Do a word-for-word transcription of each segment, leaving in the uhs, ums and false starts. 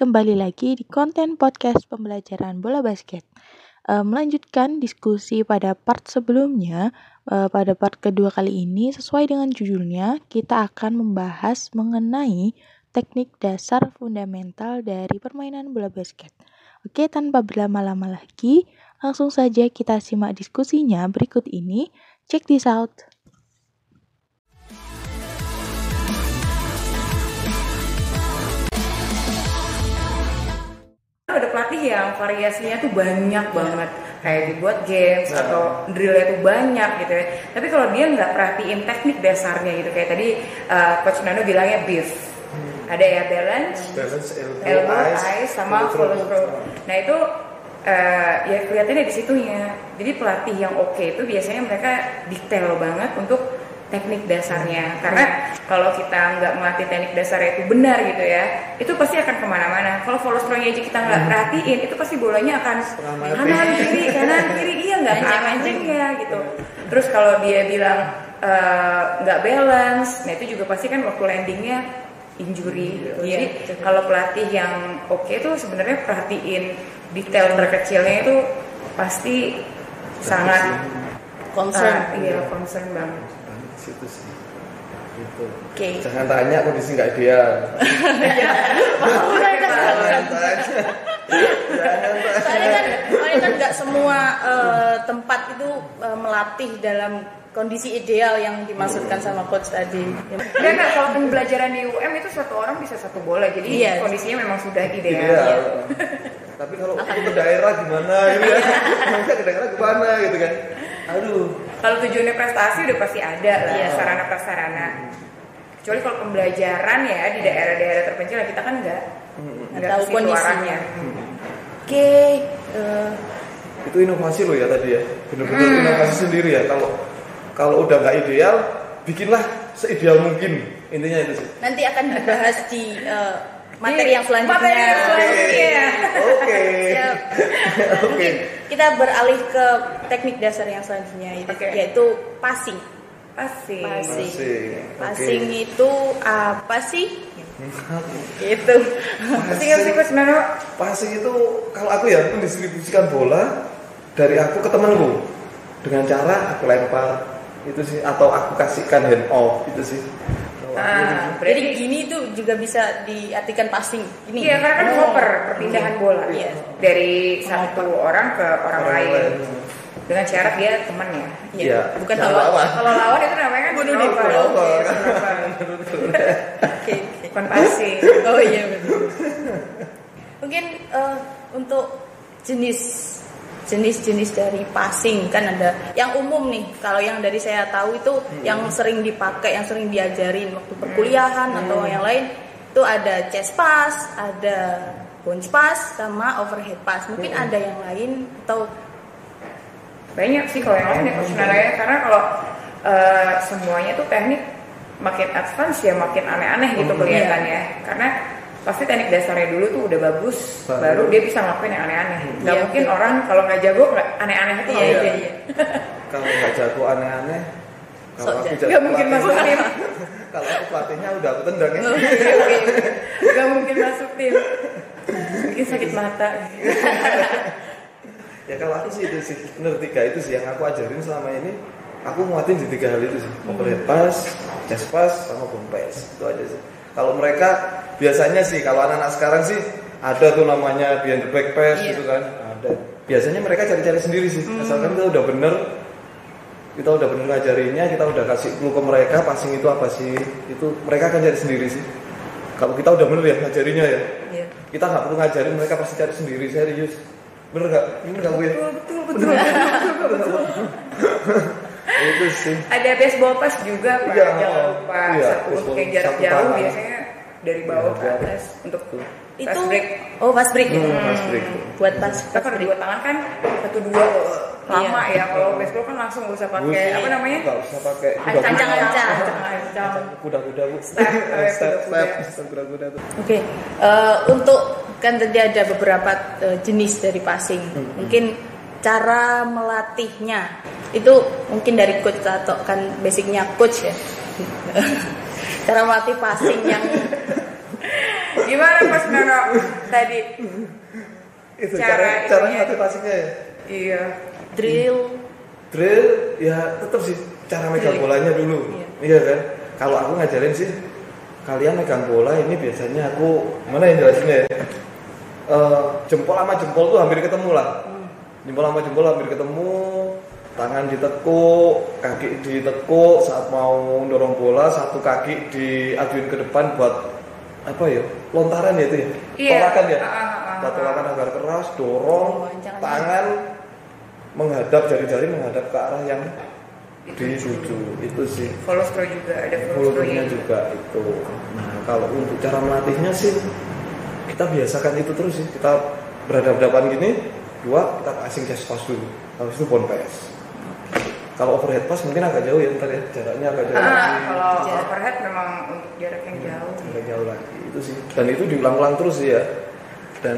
kembali lagi di konten podcast pembelajaran bola basket. E, melanjutkan diskusi pada part sebelumnya, e, pada part kedua kali ini sesuai dengan judulnya, kita akan membahas mengenai teknik dasar fundamental dari permainan bola basket. Oke, tanpa berlama-lama lagi, langsung saja kita simak diskusinya berikut ini. Check this out. Ada pelatih yang variasinya tuh banyak banget, kayak dibuat games nah. atau drillnya tuh banyak gitu ya. Tapi kalau dia nggak perhatiin teknik dasarnya gitu, kayak tadi uh, Coach Nano bilangnya beef, hmm. ada ya balance, balance elbow, elbow eyes, eyes sama follow through. Nah itu uh, ya kelihatannya di situnya. Jadi pelatih yang oke okay itu biasanya mereka detail banget untuk teknik dasarnya, karena kalau kita nggak melatih teknik dasarnya itu benar gitu ya, itu pasti akan kemana-mana. Kalau follow throw-nya aja kita nggak perhatiin, itu pasti bolanya akan kanan kiri kanan kiri, iya nggak anjing-anjingnya gitu. Terus kalau dia bilang nggak uh, balance, nah itu juga pasti kan waktu landingnya injury. Jadi kalau pelatih yang oke okay tuh sebenarnya perhatiin detail terkecilnya itu pasti sangat concern, uh, iya concern banget. Situ sih gitu. Okay. Jangan tanya kondisi nggak ideal. Jangan tanya. Soalnya kan, soalnya kan nggak semua uh, tempat itu uh, melatih dalam kondisi ideal yang dimaksudkan sama coach tadi. Dan kalau pembelajaran di U M itu satu orang bisa satu bola, jadi yes. kondisinya memang sudah ideal. ideal. Tapi kalau ke daerah gimana gitu ya? Mungkin ke daerah gimana gitu kan? Aduh. Kalau tujuannya prestasi udah pasti ada lah yeah. sarana prasarana. Kecuali kalau pembelajaran ya di daerah-daerah terpencil kita kan nggak nggak tahu kondisinya. Hmm. Oke. Okay. Uh. Itu inovasi loh ya tadi ya. Benar-benar hmm. inovasi sendiri ya. Kalau kalau udah nggak ideal, bikinlah seideal mungkin. Intinya itu sih. Nanti akan dibahas di uh, materi yang selanjutnya. Materi yang selanjutnya. Oke. Siap. Oke. Kita beralih ke teknik dasar yang selanjutnya, okay. yaitu passing. Passing. Passing. Passing, passing okay. itu apa sih? Gitu. Passing apa sih Coach Nano? Passing itu kalau aku ya mendistribusikan bola dari aku ke temanku dengan cara aku lempar itu sih, atau aku kasihkan hand off itu sih. Ah, jadi gini tuh juga bisa diartikan passing. Ini. Iya, karena kan hopper, perpindahan bola iya. dari satu orang ke orang, orang lain. lain. Dengan syarat dia teman ya. Iya. Ya, bukan lawan. Kalau lawan itu namanya kan bunuh diri. Oke, bukan passing. Oh iya betul. Mungkin uh, untuk jenis jenis-jenis dari passing kan ada yang umum nih. Kalau yang dari saya tahu itu hmm. yang sering dipakai, yang sering diajarin waktu perkuliahan hmm. atau yang lain itu ada chest pass, ada bounce pass, sama overhead pass. Mungkin hmm. ada yang lain atau banyak sih kalau yang lain ya Coach Naraya, karena kalau uh, semuanya tuh teknik makin advance ya makin aneh-aneh gitu kelihatannya. Hmm. Karena pasti teknik dasarnya dulu tuh udah bagus, baru, baru dia bisa ngelakuin yang aneh-aneh. Gak iya, mungkin iya. orang kalau nggak jago nggak aneh-aneh itu iya, iya, iya. Kalau nggak jago aneh-aneh, kalau so, aku jago nggak mungkin masuk tim. Kalau aku pelatihnya udah aku tendang ya. Gak mungkin masuk tim, mungkin sakit mata. Ya kalau aku sih itu sih bener tiga itu sih yang aku ajarin selama ini. Aku nguatin di tiga hal itu sih, overhead pass, chest pass, sama bounce pass. Itu aja sih. Kalau mereka biasanya sih, kalau anak-anak sekarang sih ada tuh namanya behind the back pass yeah. gitu kan, ada. Biasanya mereka cari-cari sendiri sih, hmm. asalkan kita udah bener, kita udah bener ngajarinya, kita udah kasih clue ke mereka, passing itu apa sih, itu mereka akan cari sendiri sih. Kalau kita udah bener ya ngajarinya ya, yeah. kita nggak perlu ngajarin, mereka pasti cari sendiri, serius. Bener nggak? Ini nggak gue? Betul, betul, betul. betul, betul. Itu sih. Ada baseball pass juga Pak, ya, jangan lupa iya, satu untuk yang jarak jauh tangan. Biasanya dari bawah ke atas untuk itu fast break. Oh fast break ya. Hmm, fast break. Buat pas. Tapi kalau dua tangan kan satu dua lama iya. ya. Kalau baseball kan langsung nggak usah pakai apa namanya? Nggak usah pakai. Ancang-ancang. Kuda-kuda bu. Step, step, step, step kuda-kuda tuh. Oke, okay. uh, untuk kan tadi ada beberapa uh, jenis dari passing. Hmm. Mungkin cara melatihnya itu mungkin dari coach atau kan basicnya coach ya. Cara melatih passing yang Gimana Mas Nono tadi? Itu Cara cara cara itunya. motivasinya ya. Iya. Drill. Drill ya tetap sih cara megang Drill. bolanya dulu. Iya. Iya kan? Kalau aku ngajarin sih kalian megang bola ini biasanya aku mana yang jelasinnya ya? Eh, jempol sama jempol tuh hampir ketemu lah. Jempol sama jempol hampir ketemu, tangan ditekuk, kaki ditekuk saat mau dorong bola, satu kaki diajuin ke depan buat apa ya? Lontaran ya itu ya. Iya. Tolakan ya. Ah, ah, ah, Buat ah. tolakan agar keras, dorong Oh, jangan- tangan menghadap jari-jari menghadap ke arah yang dituju. Itu sih. Follow through juga ada follow Follow-nya through-nya. juga itu. Nah, kalau untuk cara melatihnya sih kita biasakan itu terus sih. Kita berhadapan gini, dua kita passing chest pass dulu. Habis itu bone pass. Kalau overhead pass mungkin agak jauh ya ntar ya, jaraknya agak jauh. Ah, lagi. kalau Jarak. overhead memang untuk jarak yang jauh. Agak jauh lagi itu sih. Dan itu diulang-ulang terus sih ya. Dan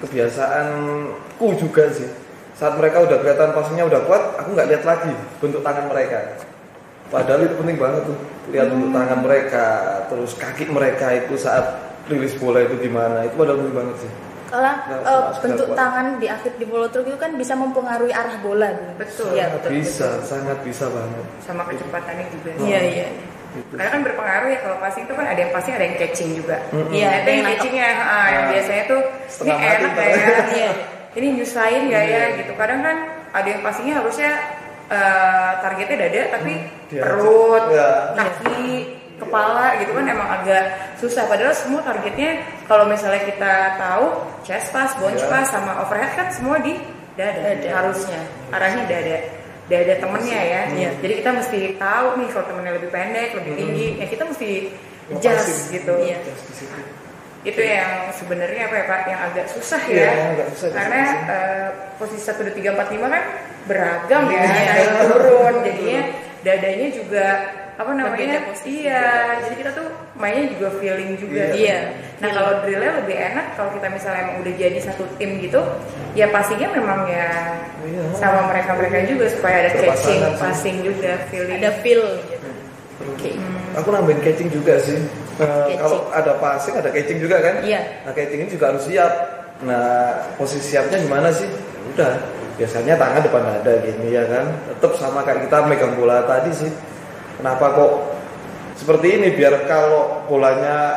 kebiasaanku juga sih. Saat mereka udah kelihatan passingnya udah kuat, aku nggak lihat lagi bentuk tangan mereka. Padahal itu penting banget tuh, lihat bentuk tangan mereka, terus kaki mereka itu saat rilis bola itu gimana, itu padahal penting banget sih. Kalau Nggak- eh, nggak sekedar bentuk kuat. tangan di akhir di follow through itu kan bisa mempengaruhi arah bola. Betul. Iya, Sangat betul. bisa, sangat bisa banget. Sama kecepatannya juga. Iya, iya. Gitu. Karena kan berpengaruh ya kalau passing itu kan ada yang passing ada yang catching juga. Mm-mm. Iya, Nah, itu yang yang nangkep. catchingnya ah, yang Ah. biasanya tuh ini Setengah mati enak ntar. gak ya? Iya. Ini nyusahin gak ya gitu. Kadang kan ada yang passingnya harusnya eh, targetnya dada tapi Dia perut, aja. Ya. kaki, kepala gitu kan emang agak susah. Padahal semua targetnya kalau misalnya kita tahu chest pass, bounce Ya. pass sama overhead kan semua di dada, Dada. harusnya arahnya dada. Dada temennya ya. Iya. Jadi kita mesti tahu nih kalau temennya lebih pendek, lebih tinggi, ya kita mesti adjust Ngepasin. gitu. Iya. Just di situ. Itu yang sebenarnya apa ya Pak, yang agak susah Iya, ya. yang agak susah Karena disini. eh, posisi satu dua tiga empat lima kan beragam ya, Iya. naik turun. Jadinya dadanya juga apa namanya? Berbeda posisi. Iya, jadi kita tuh mainnya juga feeling juga. Iya. Iya. Nah, kalau drillnya lebih enak kalau kita misalnya emang udah jadi satu tim gitu, ya pastinya memang ya Iya. sama mereka-mereka juga supaya ada Berpasangan catching, sih. passing juga, feeling. Ada feel gitu. Terus, Oke. Aku nambahin catching juga sih. Eh, Catching. kalau ada passing ada catching juga kan? Iya. Nah catching ini juga harus siap. Nah posisi siapnya gimana sih? Udah biasanya tangan depan dada gini ya kan. Tetap sama kayak kita megang bola tadi sih. Kenapa kok seperti ini? Biar kalau bolanya,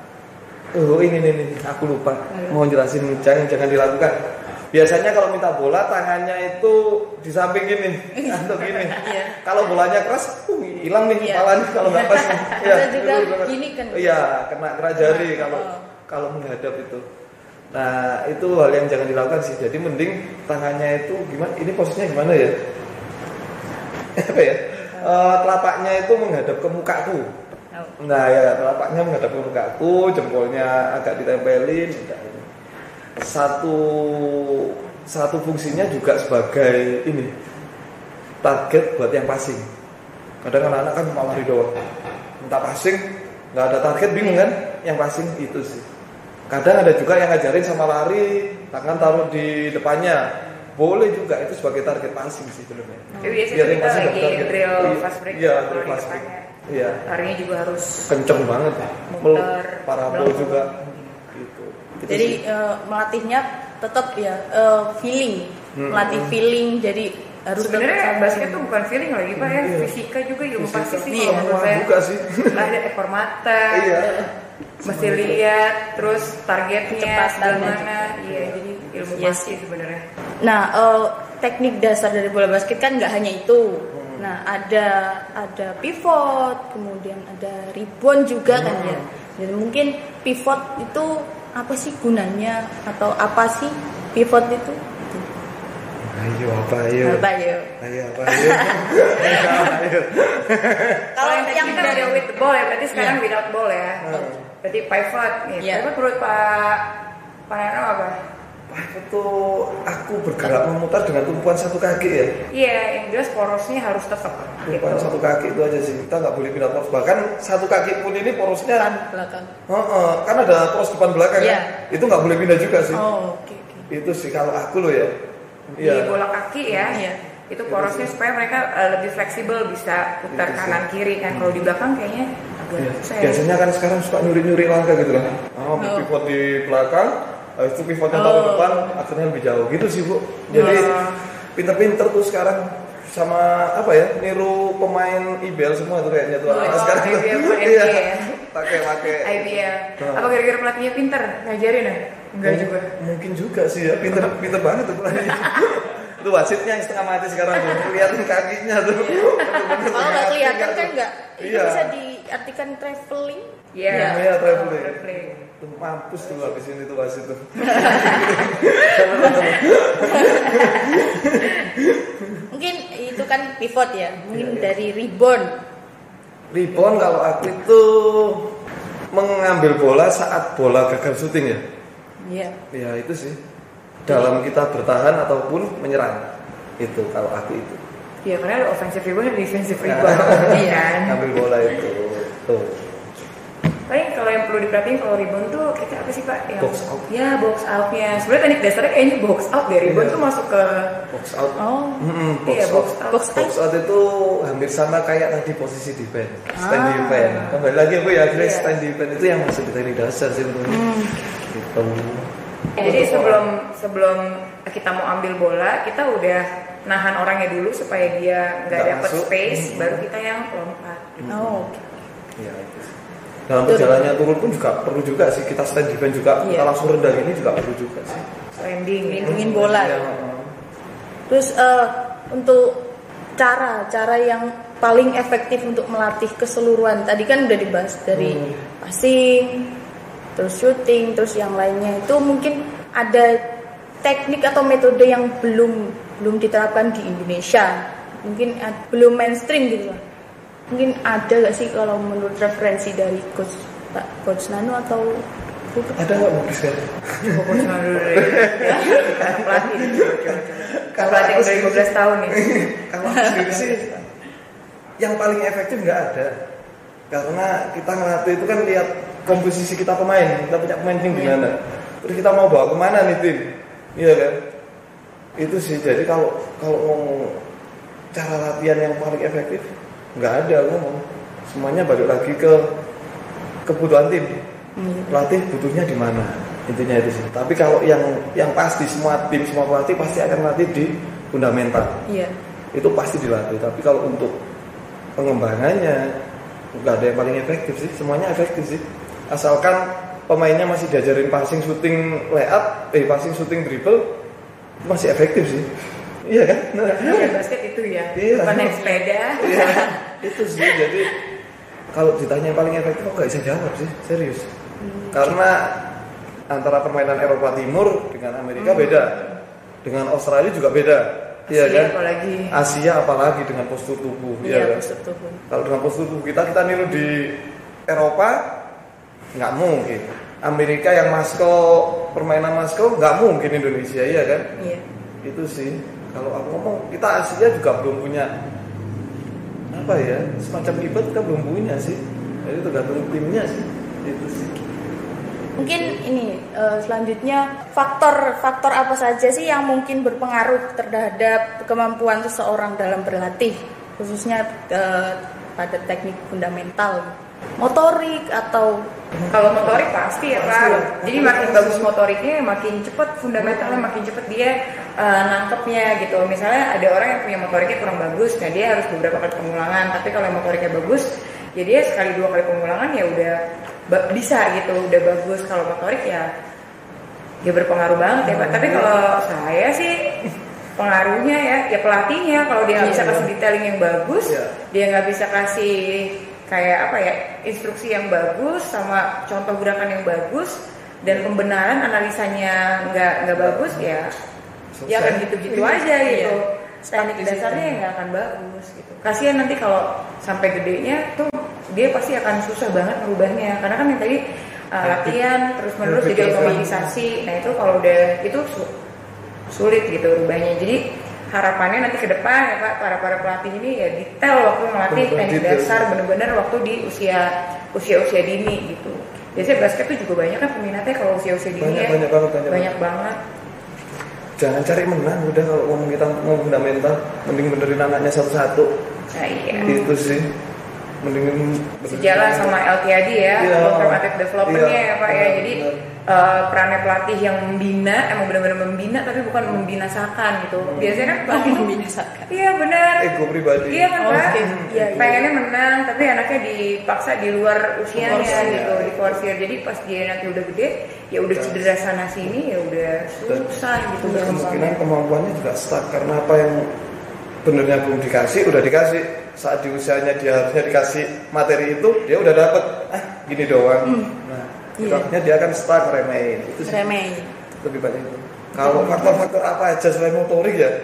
oh ini nih, nih aku lupa mau jelasin, jangan jangan dilakukan. Biasanya kalau minta bola tangannya itu di samping gini atau gini. Iya. Kalau bolanya keras, uh, hilang nih Iya. kepalanya kalau nggak pas. Bisa juga betul banget. gini kan. Iya, kena kena jari kalau Oh. kalau menghadap itu. Nah itu hal yang jangan dilakukan sih. Jadi mending tangannya itu gimana? Ini posisinya gimana ya? Apa ya? Eh, telapaknya itu menghadap ke mukaku. Nah ya telapaknya menghadap ke mukaku, jempolnya agak ditempelin. Satu satu fungsinya juga sebagai ini target buat yang passing. Kadang anak-anak kan cuma lari doang, minta passing, nggak ada target, bingung kan? Yang passing itu sih. Kadang ada juga yang ngajarin sama lari, tangan taruh di depannya. Boleh juga itu sebagai target passing sih sebenarnya. Tapi biasanya Biar yang kita passing lagi dapat target. drill Iya, fast break Iya, kalau drill di fast break. depannya. Iya, Larinya juga harus kenceng banget. Mel, Muter, parabol melengkung. juga. Gitu. Itu Jadi sih. eh, melatihnya tetap ya eh, feeling, Hmm. melatih feeling. Jadi harus sebenarnya tetap- basket tuh bukan feeling lagi Pak ya, Iya. fisika juga ilmu Fisika. pasti sih Iya. kalau menurut Wah, saya. buka sih. Ada ekor mata, Iya. mesti lihat, terus targetnya Kecepatan mana, iya jadi ilmu Iya pasti sih. sebenarnya. Nah, eh, teknik dasar dari bola basket kan nggak hanya itu. Hmm. Nah, ada ada pivot, kemudian ada rebound juga kan ya. Dan mungkin pivot itu apa sih gunanya atau apa sih pivot itu? Ayo apa ayo. Apa ya? Ayo apa ayo. Ayo. Kalau yang, yang kita udah with the ball ya, berarti sekarang Iya. without ball ya. Hmm. Berarti pivot nih. Iya. Pivot menurut Pak Pak Nano apa? Pivot tuh aku bergerak memutar dengan tumpuan satu kaki ya. Iya, yang jelas porosnya harus tetap gitu. Tumpuan satu kaki itu aja sih. Kita nggak boleh pindah poros. Bahkan satu kaki pun ini porosnya, Depan belakang. Heeh, kan ada poros depan belakang Iya. kan. Itu nggak boleh pindah juga sih. Oh, oke oke. Itu sih kalau aku loh ya. Di bola kaki ya. Iya. Itu porosnya supaya mereka eh, lebih fleksibel bisa putar Itu sih. kanan kiri kan. Kalau di belakang kayaknya agak Ya, biasanya kan sekarang suka nyuri-nyuri langkah gitu lah. Oh, pivot di belakang, habis itu pivotnya taruh Oh. depan, akhirnya lebih jauh gitu sih Bu. Jadi Ya. pinter-pinter tuh sekarang sama apa ya, niru pemain I B L semua tuh kayaknya tuh. Oh, anak sekarang I B L, tuh. I B L Iya, ya. pakai-pakai. I B L. Nah. Apa gara-gara pelatihnya pinter ngajarin ya? Enggak juga. Mungkin juga sih ya, pinter pinter banget tuh pelatihnya. Itu wasitnya yang setengah mati sekarang tuh, liatin kakinya tuh. Kalau nggak kelihatan kan nggak, itu Iya. bisa diartikan traveling. Iya. Iya, traveling. Traveling. Tuh mampus tuh habis ini tuh wasit tuh. Mungkin itu kan pivot ya, mungkin Iya, iya. dari rebound. Rebound kalau aku itu mengambil bola saat bola gagal syuting ya. Iya. Ya itu sih. Dalam kita bertahan ataupun menyerang. Itu kalau aku itu. Ya karena ada offensive rebound dan defensive rebound. Iya kan. Ambil bola itu. Tuh. Paling kalau yang perlu diperhatiin kalau rebound tuh kita apa sih Pak? Yang, Box out. Ya box outnya. Sebenarnya teknik dasarnya kayaknya box out deh. Rebound Iya. tuh masuk ke Box out. Oh. Mm-mm, box iya out. box out. Box Box out itu hampir sama kayak tadi posisi defense, stand Ah. defense. Kembali lagi Bu ya, Grace, Iya. stand defense itu yang masuk di teknik dasar sih sebenarnya. Gitu. Jadi sebelum sebelum kita mau ambil bola, kita udah nahan orangnya dulu supaya dia nggak Nggak dapet masuk. space, Hmm. baru kita yang lompat. Oh. Ya itu sih. Dalam perjalanannya turun pun juga perlu juga sih kita stand defense juga, Iya. kita langsung rendah ini juga perlu juga sih. Landing. Lindungin bola. Ya. Terus eh, untuk cara cara yang paling efektif untuk melatih keseluruhan tadi kan udah dibahas dari Hmm. passing, terus shooting, terus yang lainnya itu mungkin ada teknik atau metode yang belum belum diterapkan di Indonesia, mungkin ad- belum mainstream gitu lah. Mungkin ada gak sih kalau menurut referensi dari coach Pak Coach Nano atau Ada nggak Bu Rizka? Coba coach dulu deh. Karena pelatih. Coba, coba, coba. Kalau Pelatih aku udah sih- lima belas tahun nih. Kalau aku sendiri sih yang paling efektif nggak ada, karena kita ngelatih itu kan lihat komposisi kita pemain, kita punya pemain tim gimana, terus kita mau bawa kemana nih tim, iya kan? Itu sih. Jadi kalau kalau ngomong cara latihan yang paling efektif nggak ada, aku ngomong semuanya balik lagi ke kebutuhan tim. Pelatih butuhnya di mana, intinya itu sih. Tapi kalau yang yang pasti semua tim, semua pelatih pasti akan melatih di fundamental. iya. Itu pasti dilatih. Tapi kalau untuk pengembangannya nggak ada yang paling efektif sih, semuanya efektif sih, asalkan pemainnya masih diajarin passing, shooting, layup, eh passing, shooting, dribble, itu masih efektif sih. Iya kan? Nah, Ya, basket itu ya. Iya. Bukan naik sepeda. iya, itu sih. Jadi kalau ditanya yang paling efektif, kok nggak bisa jawab sih, serius. Karena antara permainan Eropa Timur dengan Amerika beda, dengan Australia juga beda. Iya Asia kan? apalagi. Asia apalagi dengan postur tubuh. Iya, Iya kan? postur tubuh. Kalau dengan postur tubuh kita, kita niru di Eropa nggak mungkin. Amerika yang masko, permainan masko nggak mungkin Indonesia, iya kan? Iya. Itu sih. Kalau aku ngomong, kita Asia juga belum punya apa ya, semacam ibad kita belum punya sih. Jadi tergantung timnya sih. Itu sih. Mungkin ini eh, selanjutnya faktor-faktor apa saja sih yang mungkin berpengaruh terhadap kemampuan seseorang dalam berlatih, khususnya eh, pada teknik fundamental, motorik atau Kalau motorik pasti ya Pak. Jadi makin bagus motoriknya, makin cepat fundamentalnya, makin cepat dia uh, nangkepnya gitu. Misalnya ada orang yang punya motoriknya kurang bagus, nah dia harus beberapa kali pengulangan. Tapi kalau yang motoriknya bagus, ya dia sekali dua kali pengulangan ya udah ba- bisa gitu, udah bagus. Kalau motorik ya dia berpengaruh banget ya Pak. Tapi kalau saya sih pengaruhnya ya, ya pelatihnya. Kalau dia nggak bisa kasih detailing yang bagus, Iya. dia nggak bisa kasih kayak apa ya, instruksi yang bagus sama contoh gerakan yang bagus dan pembenaran analisanya nggak nggak bagus ya, ya akan gitu-gitu aja gitu. Iya. Teknik dasarnya ya nggak akan bagus gitu. Kasihan nanti kalau sampai gedenya tuh dia pasti akan susah banget merubahnya, karena kan yang tadi uh, latihan terus menerus jadi otomatisasi. Nah itu kalau udah itu su- sulit gitu rubahnya. Jadi harapannya nanti ke depan ya Pak, para para pelatih ini ya detail waktu melatih Bener-bener teknik detail. dasar, bener-bener waktu di usia usia usia dini gitu. Biasanya basket tuh juga banyak kan peminatnya kalau usia usia dini Banyak, ya. banyak banget, banyak banyak banget. Jangan cari menang udah kalau ngomong kita ngomong fundamental, mending benerin anaknya satu-satu. Nah iya. Itu sih. mendingin sejalan sama L T A D ya, Iya. long term athlete development-nya Iya, ya Pak ya. benar, Jadi benar. uh, perannya pelatih yang membina, emang benar-benar membina tapi bukan membinasakan gitu. Biasanya kan pelatih tuh- membinasakan. Iya benar. ego pribadi. Iya kan Pak. Oke. Iya, iya. Pengennya menang tapi anaknya dipaksa di luar usianya Forsir. gitu, diforsir. Jadi pas dia nanti udah gede, ya udah cedera sana sini, ya udah susah gitu Dan berkembang. kemungkinan kemampuannya juga stuck karena apa yang benernya belum dikasih udah dikasih, saat di usianya dia harusnya dikasih materi itu dia udah dapet ah gini doang. Nah Iya. akhirnya dia akan stuck remehin itu sih Remeh. lebih banyak itu. Kalau faktor-faktor apa aja selain motorik ya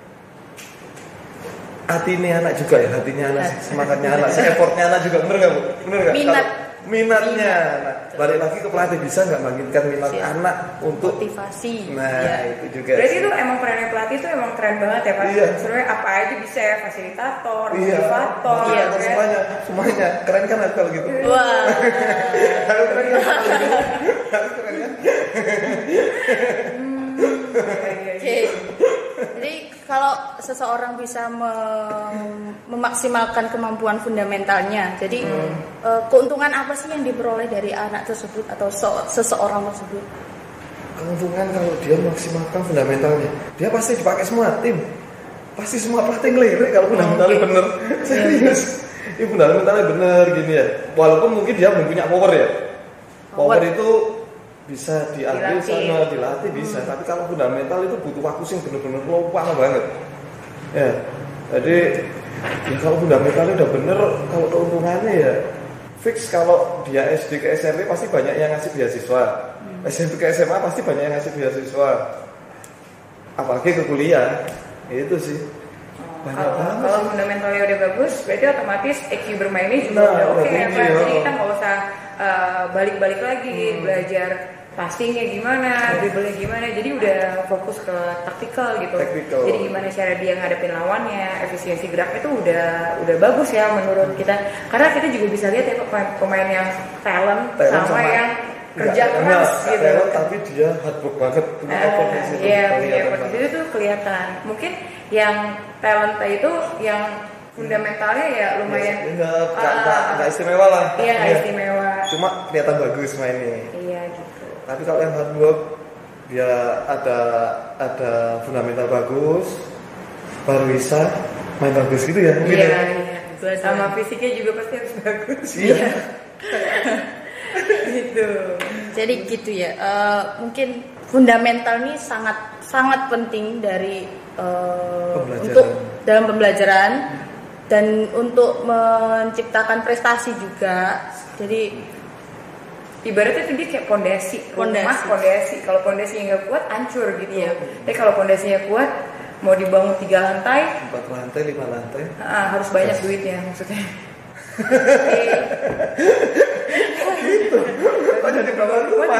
hatinya anak juga ya, hatinya anak, semangatnya anak, effortnya anak juga, bener nggak Bu? Bener nggak? Minat. Kalau minatnya, nah, balik lagi ke pelatih bisa nggak bangkitkan minat Siap. anak untuk, Motivasi. nah Ya. itu juga. Berarti sih. itu emang perannya pelatih itu emang keren banget ya Pak. Iya. Sebenarnya apa aja bisa ya, fasilitator, Iya, motivator, Iya, gitu ya. semuanya, semuanya keren kan kalau gitu. Wah. Harus keren kan kalau gitu. Harus keren kan? Oke. Jadi kalau seseorang bisa mem- memaksimalkan kemampuan fundamentalnya, jadi eh, keuntungan apa sih yang diperoleh dari anak tersebut atau se- seseorang tersebut? Keuntungan kalau dia maksimalkan fundamentalnya, dia pasti dipakai semua tim, pasti semua pelatih ngelirik kalau fundamentalnya Oke. bener. Serius, ini fundamentalnya bener gini ya. Walaupun mungkin dia belum punya power ya, power, Power. itu bisa diambil Dilatih. sana, dilatih bisa. Tapi kalau fundamental itu butuh waktu sih bener-bener lopang banget. Ya, jadi ya kalau fundamentalnya udah bener, kalau keuntungannya ya fix kalau dia S D ke S M P pasti banyak yang ngasih beasiswa. S M P ke S M A pasti banyak yang ngasih beasiswa. Apalagi ke kuliah. Itu sih. Banyak Kalau banget. kalau fundamentalnya udah bagus, berarti otomatis E Q bermainnya juga Nah, udah oke udah ya tinggi, Pak. Jadi ya. kita nggak usah uh, balik-balik lagi belajar passingnya gimana, dribblenya gimana. Jadi udah fokus ke taktikal gitu. Tactical. Jadi gimana cara dia ngadepin lawannya, efisiensi geraknya itu udah udah bagus ya menurut kita. Karena kita juga bisa lihat ya pemain, pemain yang talent, Talent sama, yang kerja Nggak, keras nggak gitu. talent, tapi dia hard work banget, punya effort di Ah, situ. iya, punya Kelihatan effort di banget. situ tuh kelihatan. Mungkin yang talent itu yang fundamentalnya ya lumayan Enggak, enggak, ah, enggak, enggak istimewa lah. Iya, Iya. istimewa. Cuma kelihatan bagus mainnya. Iya gitu. Tapi kalau yang hard work dia ada ada fundamental bagus, baru bisa main bagus gitu ya mungkin Iya, ya. iya. Sama fisiknya juga pasti harus bagus. Iya. Gitu. Jadi gitu ya. Eh, mungkin fundamental ini sangat sangat penting dari eh, Pembelajaran. untuk dalam pembelajaran dan untuk menciptakan prestasi juga. Jadi Ibaratnya tuh dia kayak pondasi, rumah Pondasi. pondasi. Kalau pondasinya nggak kuat, hancur gitu. Iya. Tapi kalau pondasinya kuat, mau dibangun tiga lantai, Empat lantai, lima lantai. ah, harus banyak duitnya maksudnya. Kok jadi bangun rumah?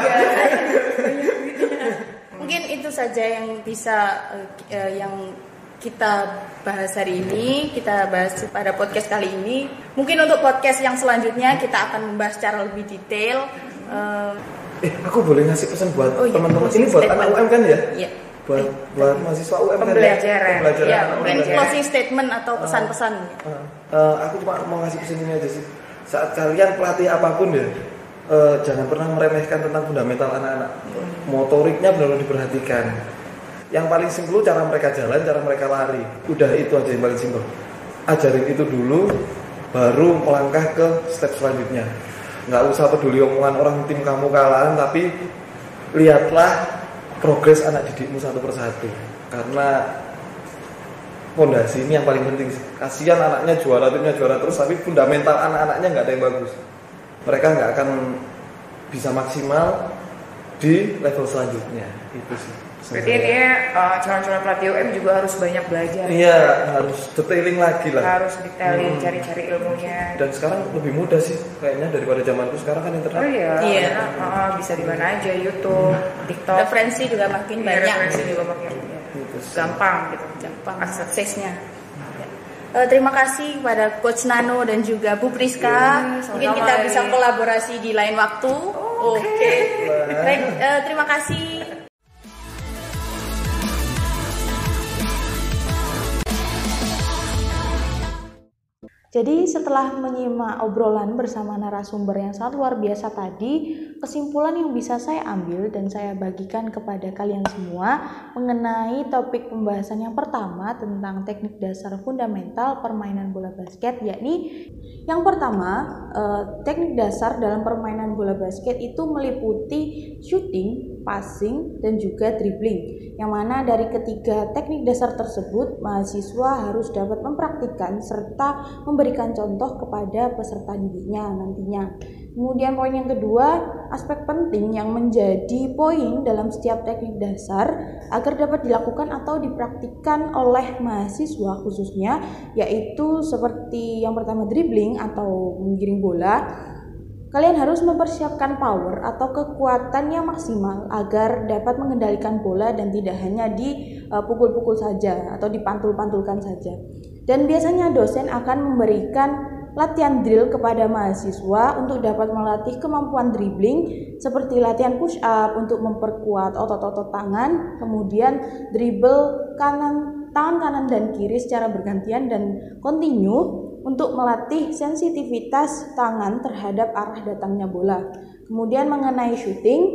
mungkin itu saja yang bisa eh, eh, yang kita bahas hari ini, kita bahas pada podcast kali ini. Mungkin untuk podcast yang selanjutnya kita akan membahas secara lebih detail. Eh, Eh, aku boleh ngasih pesan buat Oh iya, teman-teman closing ini buat statement. anak U M kan ya? Iya. Buat buat mahasiswa U M kan ya? Pembelajaran. Pembelajaran. Iya, mungkin pembelajaran. closing statement atau pesan-pesan. Uh, uh, aku cuma mau ngasih pesan ini aja sih. Saat kalian pelatih apapun ya, uh, jangan pernah meremehkan tentang fundamental anak-anak. Motoriknya benar-benar diperhatikan. Yang paling simpel cara mereka jalan, cara mereka lari. Udah itu aja yang paling simpel. Ajarin itu dulu, baru melangkah ke step selanjutnya. Nggak usah peduli omongan orang tim kamu kalahan, tapi lihatlah progres anak didikmu satu persatu. Karena fondasi ini yang paling penting sih. Kasihan anaknya juara, timnya juara terus, tapi fundamental anak-anaknya nggak ada yang bagus. Mereka nggak akan bisa maksimal di level selanjutnya. Itu sih. Berarti dia uh, calon-calon pelatih U M juga harus banyak belajar. Iya, harus detailing lagi lah. Harus detailing, Hmm. cari-cari ilmunya. Dan sekarang lebih mudah sih kayaknya daripada zamanku sekarang kan internet. Oh iya, Iya. uh, bisa di mana aja, YouTube, TikTok. Referensi juga makin Iya, banyak. referensi juga makin Gitu sih. gampang gitu. Gampang Akses. aksesnya. Eh, terima kasih kepada Coach Nano dan juga Bu Priska. Iya, Mungkin sama-sama, kita bisa Ari. kolaborasi di lain waktu. Oke. Baik, eh, terima kasih. Jadi setelah menyimak obrolan bersama narasumber yang sangat luar biasa tadi, kesimpulan yang bisa saya ambil dan saya bagikan kepada kalian semua mengenai topik pembahasan yang pertama tentang teknik dasar fundamental permainan bola basket, yakni yang pertama, eh, teknik dasar dalam permainan bola basket itu meliputi shooting, passing, dan juga dribbling. Yang mana dari ketiga teknik dasar tersebut, mahasiswa harus dapat mempraktikkan serta memberikan contoh kepada peserta didiknya nantinya. Kemudian poin yang kedua, aspek penting yang menjadi poin dalam setiap teknik dasar agar dapat dilakukan atau dipraktikkan oleh mahasiswa khususnya, yaitu seperti yang pertama dribbling atau menggiring bola. Kalian harus mempersiapkan power atau kekuatan yang maksimal agar dapat mengendalikan bola dan tidak hanya dipukul-pukul saja atau dipantul-pantulkan saja. Dan biasanya dosen akan memberikan latihan drill kepada mahasiswa untuk dapat melatih kemampuan dribbling, seperti latihan push up untuk memperkuat otot-otot tangan, kemudian dribble kanan tangan kanan dan kiri secara bergantian dan kontinu untuk melatih sensitivitas tangan terhadap arah datangnya bola. Kemudian mengenai shooting,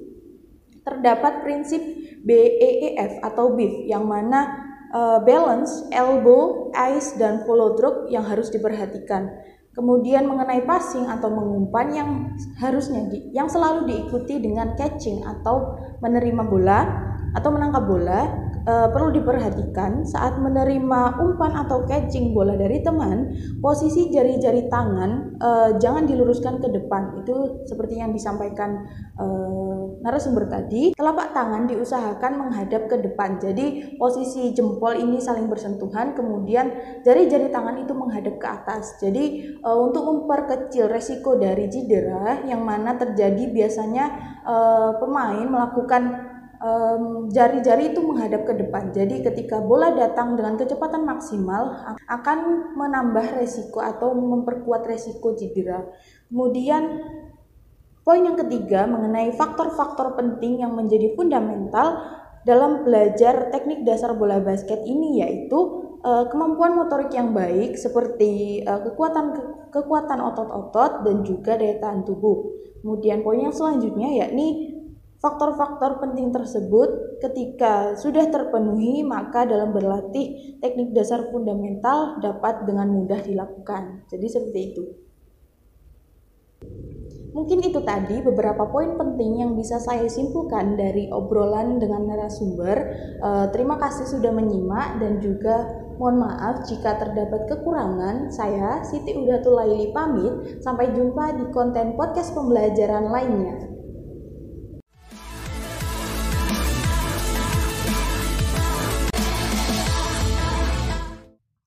terdapat prinsip B E E F atau B I F yang mana uh, balance, elbow, ice, dan follow through yang harus diperhatikan. Kemudian mengenai passing atau mengumpan yang harusnya di, yang selalu diikuti dengan catching atau menerima bola atau menangkap bola. E, perlu diperhatikan saat menerima umpan atau catching bola dari teman, posisi jari-jari tangan e, jangan diluruskan ke depan. Itu seperti yang disampaikan e, narasumber tadi. Telapak tangan diusahakan menghadap ke depan. Jadi posisi jempol ini saling bersentuhan, kemudian jari-jari tangan itu menghadap ke atas. Jadi e, untuk memperkecil resiko dari cedera yang mana terjadi biasanya e, pemain melakukan Um, jari-jari itu menghadap ke depan. Jadi ketika bola datang dengan kecepatan maksimal akan menambah resiko atau memperkuat resiko cedera. Kemudian poin yang ketiga mengenai faktor-faktor penting yang menjadi fundamental dalam belajar teknik dasar bola basket ini, yaitu uh, kemampuan motorik yang baik seperti uh, kekuatan ke- kekuatan otot-otot dan juga daya tahan tubuh. Kemudian poin yang selanjutnya yakni faktor-faktor penting tersebut ketika sudah terpenuhi, maka dalam berlatih teknik dasar fundamental dapat dengan mudah dilakukan. Jadi seperti itu. Mungkin itu tadi beberapa poin penting yang bisa saya simpulkan dari obrolan dengan narasumber. E, terima kasih sudah menyimak dan juga mohon maaf jika terdapat kekurangan. Saya Siti Udatul Laili pamit. Sampai jumpa di konten podcast pembelajaran lainnya.